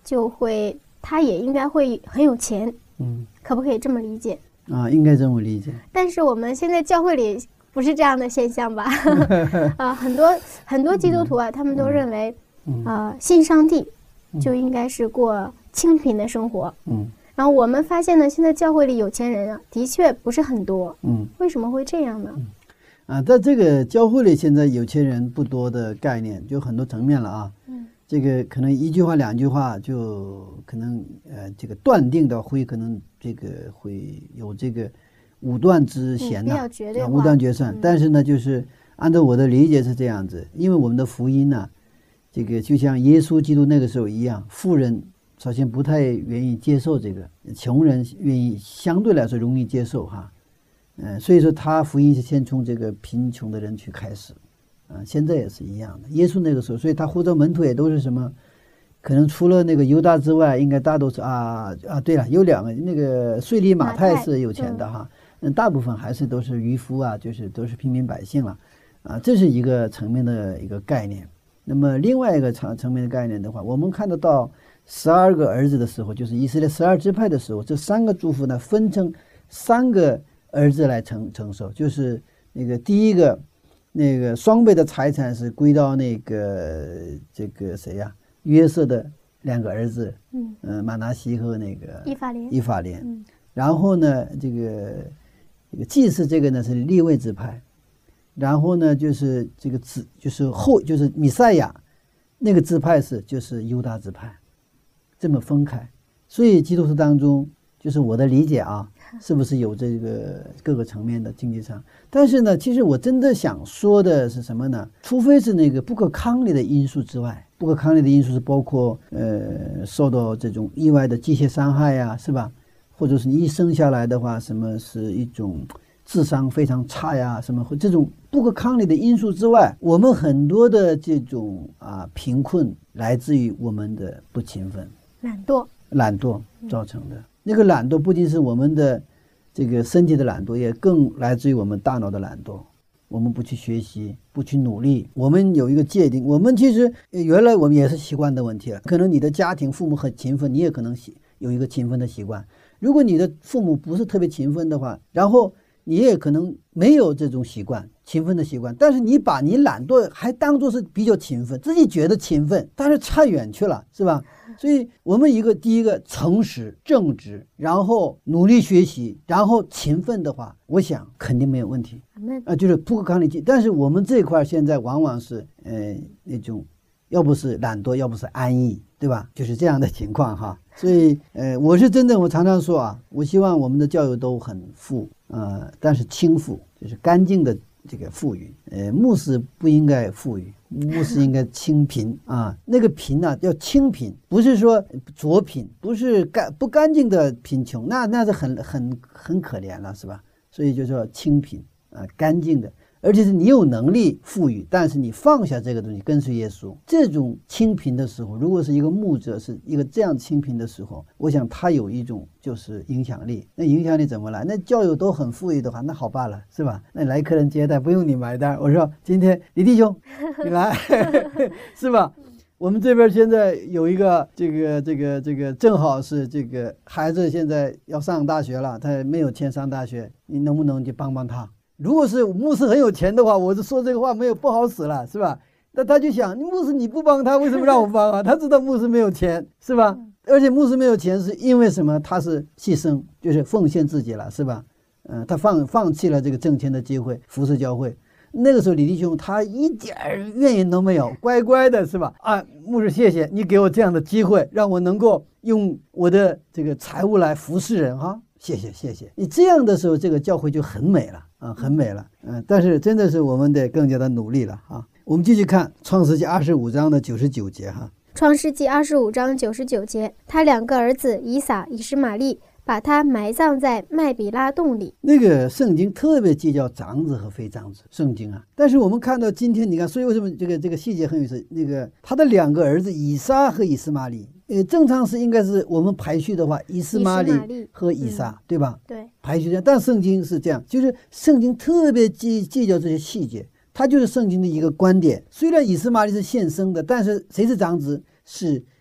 他也应该会很有钱，可不可以这么理解？ 应该这么理解。 但是我们现在教会里不是这样的现象吧？很多基督徒啊，他们都认为，信上帝就应该是过清贫的生活。然后我们发现呢，现在教会里有钱人啊，的确不是很多。为什么会这样呢？ 在这个教会里，现在有钱人不多的概念就很多层面了啊。这个可能一句话两句话就可能这个断定的可能这个会有这个武断之嫌呐，武断决算。但是呢，就是按照我的理解是这样子，因为我们的福音呢，这个就像耶稣基督那个时候一样，富人首先不太愿意接受这个，穷人愿意相对来说容易接受哈。所以说他福音是先从这个贫穷的人去开始。现在也是一样的。耶稣那个时候，所以他呼召门徒也都是什么？可能除了那个犹大之外，应该大都是对了，有两个，那个税吏马太是有钱的哈，大部分还是都是渔夫啊，就是都是平民百姓了，这是一个层面的一个概念。那么另外一个层面的概念的话，我们看得到12个儿子的时候，就是以色列12支派的时候，这3个祝福呢分成3个儿子来承受，就是那个第一个。那个双倍的财产是归到那个这个谁呀？约瑟的2个儿子，马拿西和那个以法莲。然后呢，这个祭司这个呢是利未支派，然后呢就是这个就是弥赛亚那个支派就是犹大支派，这么分开。所以基督徒当中，就是我的理解啊。是不是有这个各个层面的经济上？但是呢，其实我真的想说的是什么呢？除非是那个不可抗力的因素之外，不可抗力的因素是包括受到这种意外的机械伤害呀，是吧？或者是你一生下来的话，什么是一种智商非常差呀，什么这种不可抗力的因素之外，我们很多的这种贫困来自于我们的不勤奋、懒惰造成的。那个懒惰不仅是我们的这个身体的懒惰，也更来自于我们大脑的懒惰。我们不去学习，不去努力。我们有一个界定，我们其实原来我们也是习惯的问题了。可能你的家庭父母很勤奋，你也可能有一个勤奋的习惯。如果你的父母不是特别勤奋的话，然后你也可能没有这种习惯，勤奋的习惯，但是你把你懒惰还当作是比较勤奋，自己觉得勤奋，但是差远去了，是吧？所以我们第一个诚实正直，然后努力学习，然后勤奋的话，我想肯定没有问题。就是不可抗力。但是我们这块现在往往是那种要不是懒惰，要不是安逸，对吧？就是这样的情况哈。所以我是真的，我常常说我希望我们的教育都很富，但是轻富，就是干净的这个富裕。牧师不应该富裕，牧师应该清贫那个贫叫清贫，不是说浊贫，不是不干净的贫穷，那是很可怜了，是吧？所以就说清贫干净的，而且是你有能力富裕，但是你放下这个东西跟随耶稣，这种清贫的时候，如果是一个牧者是一个这样清贫的时候，我想他有一种就是影响力。那影响力怎么来？那教友都很富裕的话，那好办了，是吧？那来客人接待不用你买单，我说今天李弟兄你来是吧？我们这边现在有一个这个正好是这个孩子现在要上大学了，他没有钱上大学，你能不能去帮帮他？如果是牧师很有钱的话，我就说这个话不好使了，是吧？那他就想，牧师你不帮他，为什么让我帮啊？他知道牧师没有钱，是吧？而且牧师没有钱是因为什么？他是牺牲，就是奉献自己了，是吧？他放弃了这个挣钱的机会，服侍教会。那个时候李弟兄他一点怨言都没有，乖乖的，是吧？牧师谢谢你给我这样的机会，让我能够用我的这个财物来服侍人哈。谢谢你这样的时候，这个教会就很美了很美了。但是真的是我们得更加的努力了我们继续看创世纪25章的99节哈。 创世纪25章99节，他2个儿子以撒、以实玛利把他埋葬在麦比拉洞里。 那个圣经特别计较长子和非长子，圣经但是我们看到今天，你看，所以为什么这个细节很有意思？那个他的2个儿子以撒和以实玛利，正常是应该是我们排序的话，以实玛利和以撒，对吧？ 对， 排序这样。但圣经是这样，就是圣经特别计较这些细节，它就是圣经的一个观点。虽然以实玛利是现生的，但是谁是长子？是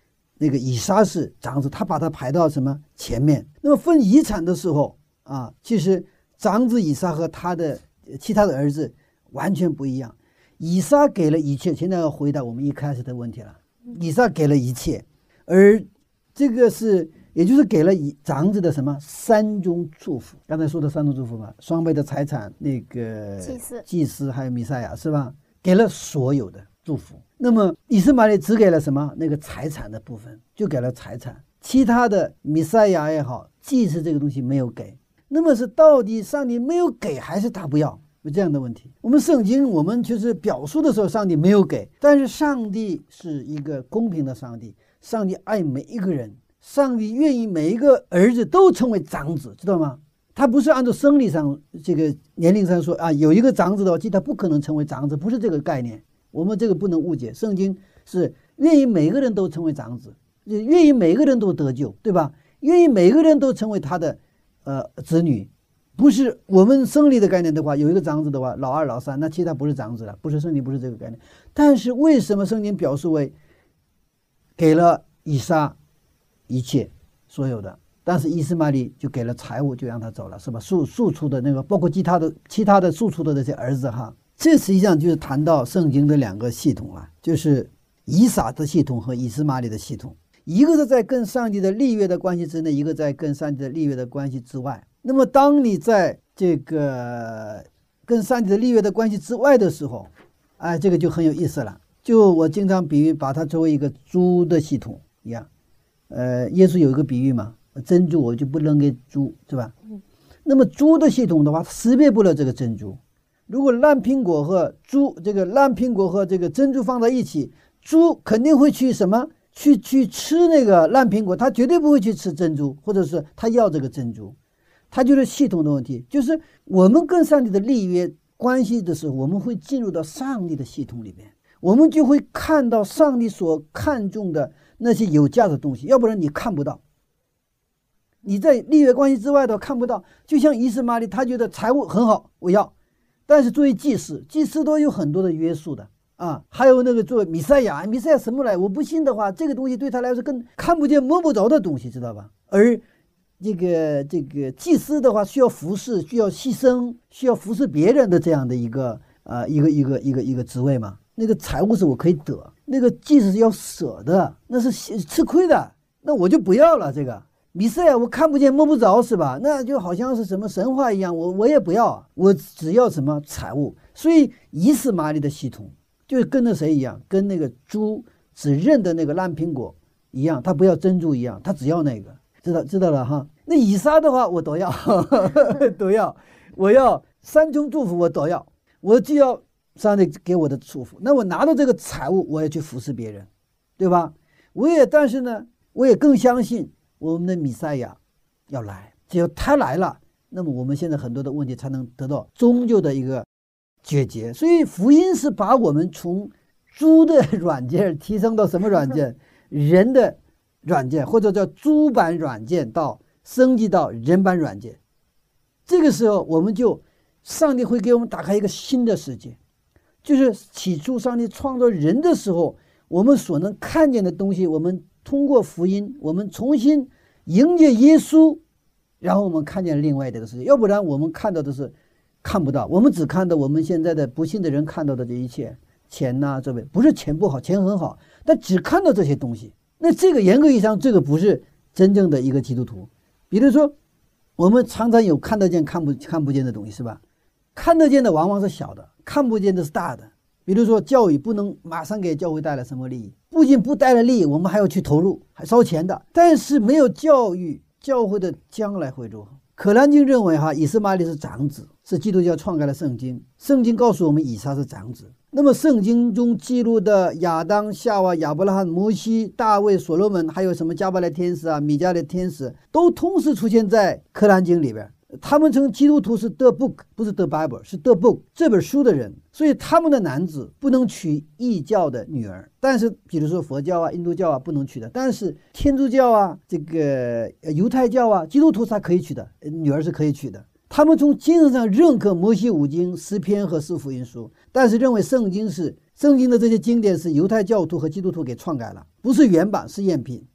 那个以撒是长子，他把他排到什么前面。那么分遗产的时候啊，其实长子以撒和他的其他的儿子完全不一样。以撒给了一切，现在要回答我们一开始的问题了。以撒给了一切，而这个是也就是给了长子的什么3种祝福。刚才说的3种祝福吧，双倍的财产，那个祭司还有弥赛亚是吧？给了所有的祝福。那么以斯玛利只给了什么？那个财产的部分，就给了财产，其他的弥赛亚也好，祭司这个东西没有给。那么是到底上帝没有给，还是他不要？有这样的问题。我们圣经我们就是表述的时候，上帝没有给，但是上帝是一个公平的上帝，上帝爱每一个人，上帝愿意每一个儿子都成为长子，知道吗？他不是按照生理上这个年龄上说啊，有一个长子的话，其实他不可能成为长子，不是这个概念。我们这个不能误解，圣经是愿意每个人都成为长子，愿意每个人都得救，对吧？愿意每个人都成为他的子女，不是我们生理的概念的话，有一个长子的话，老二老三，那其他不是长子了，不是圣经不是这个概念。但是为什么圣经表述为给了以撒一切所有的，但是以斯玛利就给了财物，就让他走了，是吧？庶出的那个，包括其他的庶出的这些儿子哈。这实际上就是谈到圣经的2个系统了，就是以撒的系统和以斯玛利的系统，一个是在跟上帝的立约的关系之内，一个在跟上帝的立约的关系之外。那么当你在这个跟上帝的立约的关系之外的时候，哎，这个就很有意思了。就我经常比喻，把它作为一个猪的系统一样。耶稣有一个比喻嘛，珍珠我就不扔给猪，是吧？那么猪的系统的话，识别不了这个珍珠。如果烂苹果和这个珍珠放在一起，猪肯定会去什么？去吃那个烂苹果，它绝对不会去吃珍珠，或者是它要这个珍珠。它就是系统的问题，就是我们跟上帝的立约关系的时候，我们会进入到上帝的系统里面，我们就会看到上帝所看重的那些有价的东西，要不然你看不到。你在立约关系之外的看不到。就像以斯玛利，他觉得财物很好，我要。但是作为祭司都有很多的约束的啊，还有那个作为弥赛亚什么来？我不信的话，这个东西对他来说跟看不见摸不着的东西，知道吧？而这个祭司的话，需要服侍，需要牺牲，需要服侍别人的这样的一个职位嘛。那个财物是我可以得，那个祭司是要舍的，那是吃亏的，那我就不要了。这个弥赛亚我看不见摸不着，是吧？那就好像是什么神话一样，我也不要，我只要什么财物。所以以斯玛利的系统就跟着谁一样，跟那个猪只认的那个烂苹果一样，他不要珍珠一样，他只要那个，知道了哈。那以撒的话我都要都要，我要3重祝福我都要，我就要上帝给我的祝福。那我拿到这个财物，我也去服侍别人，对吧？但是呢，我也更相信我们的弥赛亚要来，只有他来了，那么我们现在很多的问题才能得到终究的一个解决。所以福音是把我们从猪的软件提升到什么软件？人的软件，或者叫猪版软件，到升级到人版软件。这个时候我们上帝会给我们打开一个新的世界，就是起初上帝创造人的时候，我们所能看见的东西，我们通过福音，我们重新迎接耶稣，然后我们看见另外这个世界。要不然我们看到的是看不到，我们只看到我们现在的不信的人看到的这一切，钱呐，这位不是钱不好，钱很好，但只看到这些东西。那这个严格意义上，这个不是真正的一个基督徒。比如说我们常常有看得见看不见的东西，是吧？看得见的往往是小的，看不见的是大的。比如说教育不能马上给教会带来什么利益，不仅不带来利益，我们还要去投入，还烧钱的。但是没有教育，教会的将来会如何？可兰经认为以斯玛利是长子，是基督教篡改了圣经。圣经告诉我们以撒是长子。那么圣经中记录的亚当、夏娃、亚伯拉罕、摩西、大卫、所罗门，还有什么加百列天使米迦勒天使，都同时出现在可兰经里边。他们称基督徒是 The Book， 不是 The Bible， 是 The Book 这本书的人。所以他们的男子不能娶异教的女儿，但是比如说佛教印度教不能娶的，但是天主教这个犹太教基督徒是可以娶的，女儿是可以娶的。他们从精神上认可摩西五经、诗篇和四福音书，但是认为圣经的这些经典是犹太教徒和基督徒给篡改了，不是原版，是赝品。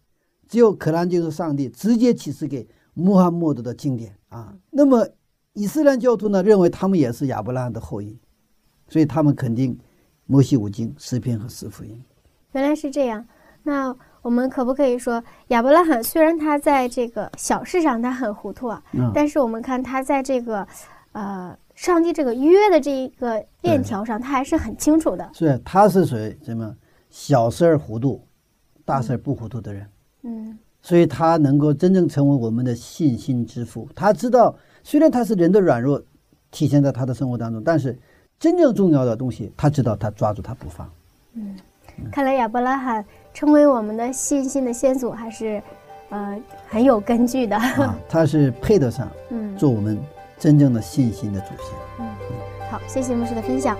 只有可兰经是上帝直接启示给穆罕默德的经典啊。那么伊斯兰教徒呢，认为他们也是亚伯拉罕的后裔，所以他们肯定摩西五经、诗篇和四福音。 原来是这样。那我们可不可以说，亚伯拉罕虽然他在这个小事上他很糊涂啊，但是我们看他在这个上帝这个约的这一个链条上，他还是很清楚的。 是，他是属于什么小事儿糊涂，大事儿不糊涂的人。所以他能够真正成为我们的信心之父。他知道，虽然他是人的软弱体现在他的生活当中，但是真正重要的东西，他知道，他抓住他不放。 看来亚伯拉罕成为我们的信心的先祖，还是很有根据的。 他是配得上做我们真正的信心的祖先。 好，谢谢牧师的分享。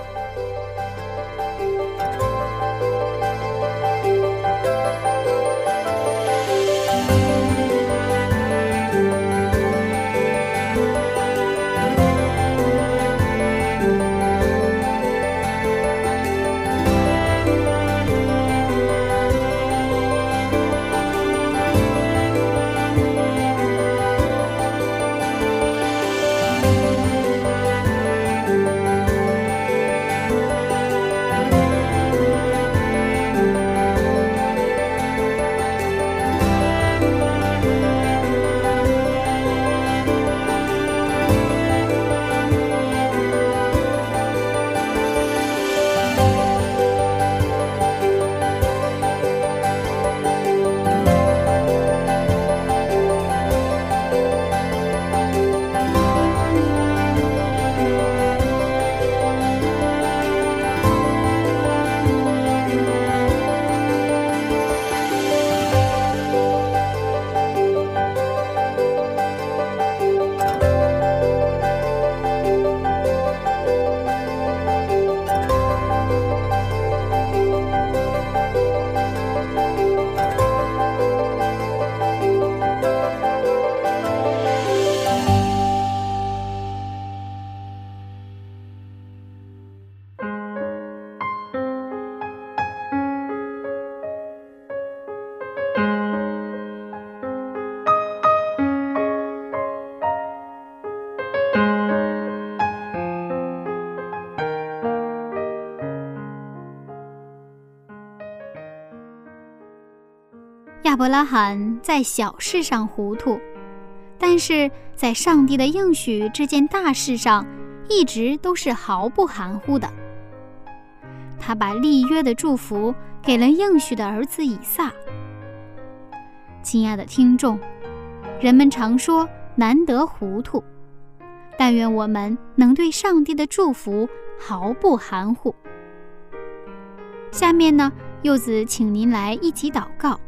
亚伯拉罕在小事上糊涂，但是在上帝的应许这件大事上，一直都是毫不含糊的。他把立约的祝福给了应许的儿子以撒。亲爱的听众，人们常说难得糊涂，但愿我们能对上帝的祝福毫不含糊。下面呢，柚子请您来一起祷告。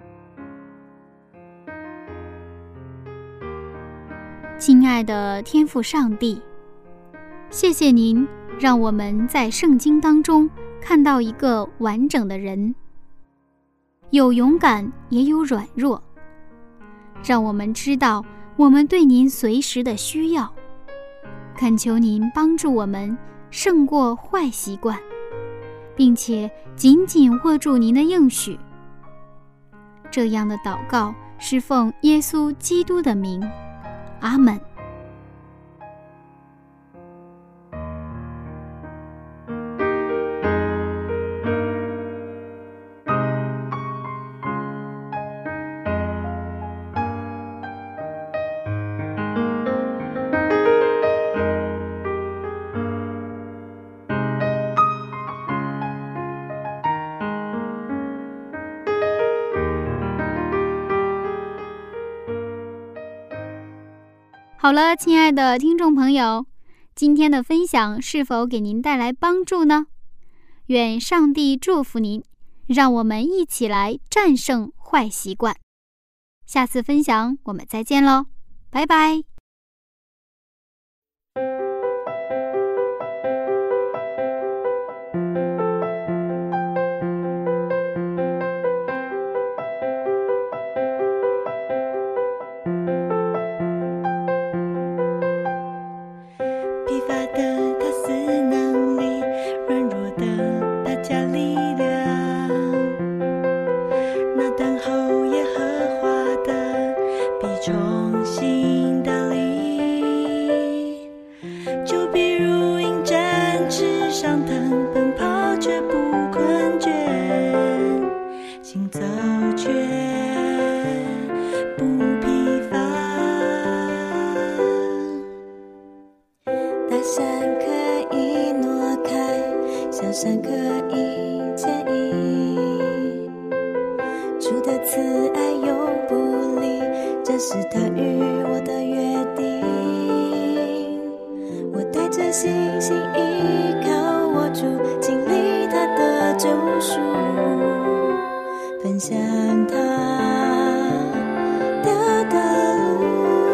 亲爱的天父上帝，谢谢您让我们在圣经当中看到一个完整的人，有勇敢也有软弱，让我们知道我们对您随时的需要。恳求您帮助我们胜过坏习惯，并且紧紧握住您的应许。这样的祷告是奉耶稣基督的名，阿们。好了，亲爱的听众朋友，今天的分享是否给您带来帮助呢？愿上帝祝福您，让我们一起来战胜坏习惯。下次分享我们再见喽，拜拜。 等候耶可以建议，主的慈爱永不离，这是他与我的约定。我带着信心依靠我主，经历他的救赎，分享他的道路。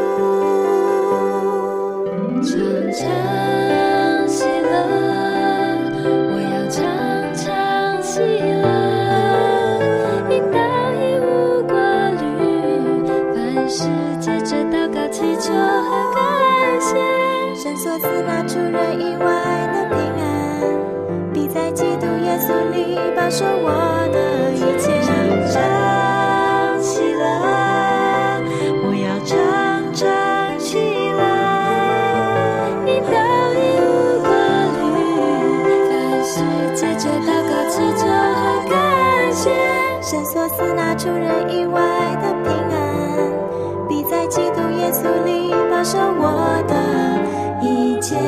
常常喜乐，我要常常喜乐，应当义无挂虑，凡事借着祷告祈求和感谢，神所赐那出人意外的平安，必在基督耶稣里保守我的一切。常常喜乐，我要常常喜乐，应当义无挂虑，凡事借着祷告祈求和感谢，神所赐那出人意外的平安，必在基督耶稣里保守我的一切。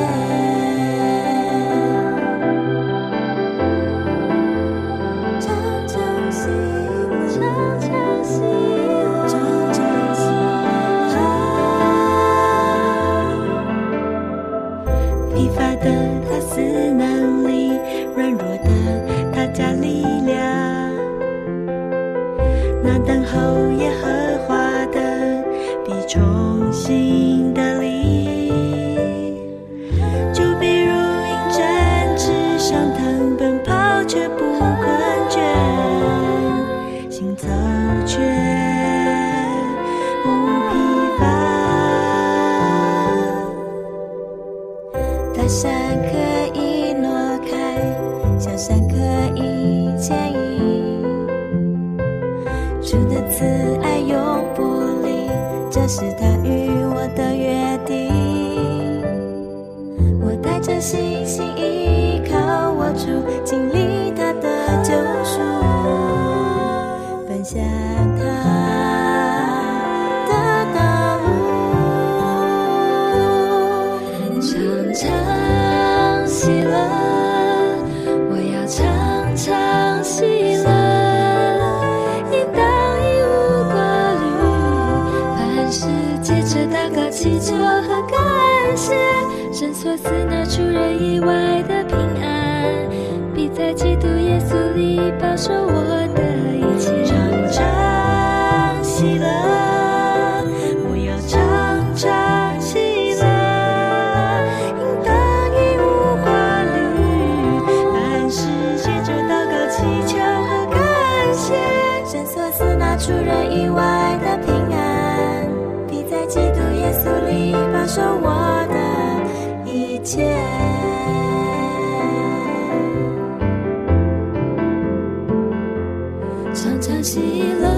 常常喜乐，常常喜乐，常常喜乐。疲乏的他赐能力，软弱的他加力量。那等候耶和华的，必重新得力，就必如鹰展翅上腾，奔跑却不困倦，行走却不疲乏。大山可以挪开，小山可以牵引，主的慈爱永不离，这是他与我的约定。我带着信心依靠我主，经历他的救赎，分享他的道路。常常喜乐，我要常常喜乐，应当义无挂虑，凡事借着祷告祈求和感谢，神所赐那出人意外的平安，必在基督耶稣里保守我的一切。常常喜乐，我要常常喜乐，应当义无挂虑，凡事借着祷告祈求和感谢，神所赐那出人意外的平安，必在基督耶稣里保守我的一切。常常喜乐，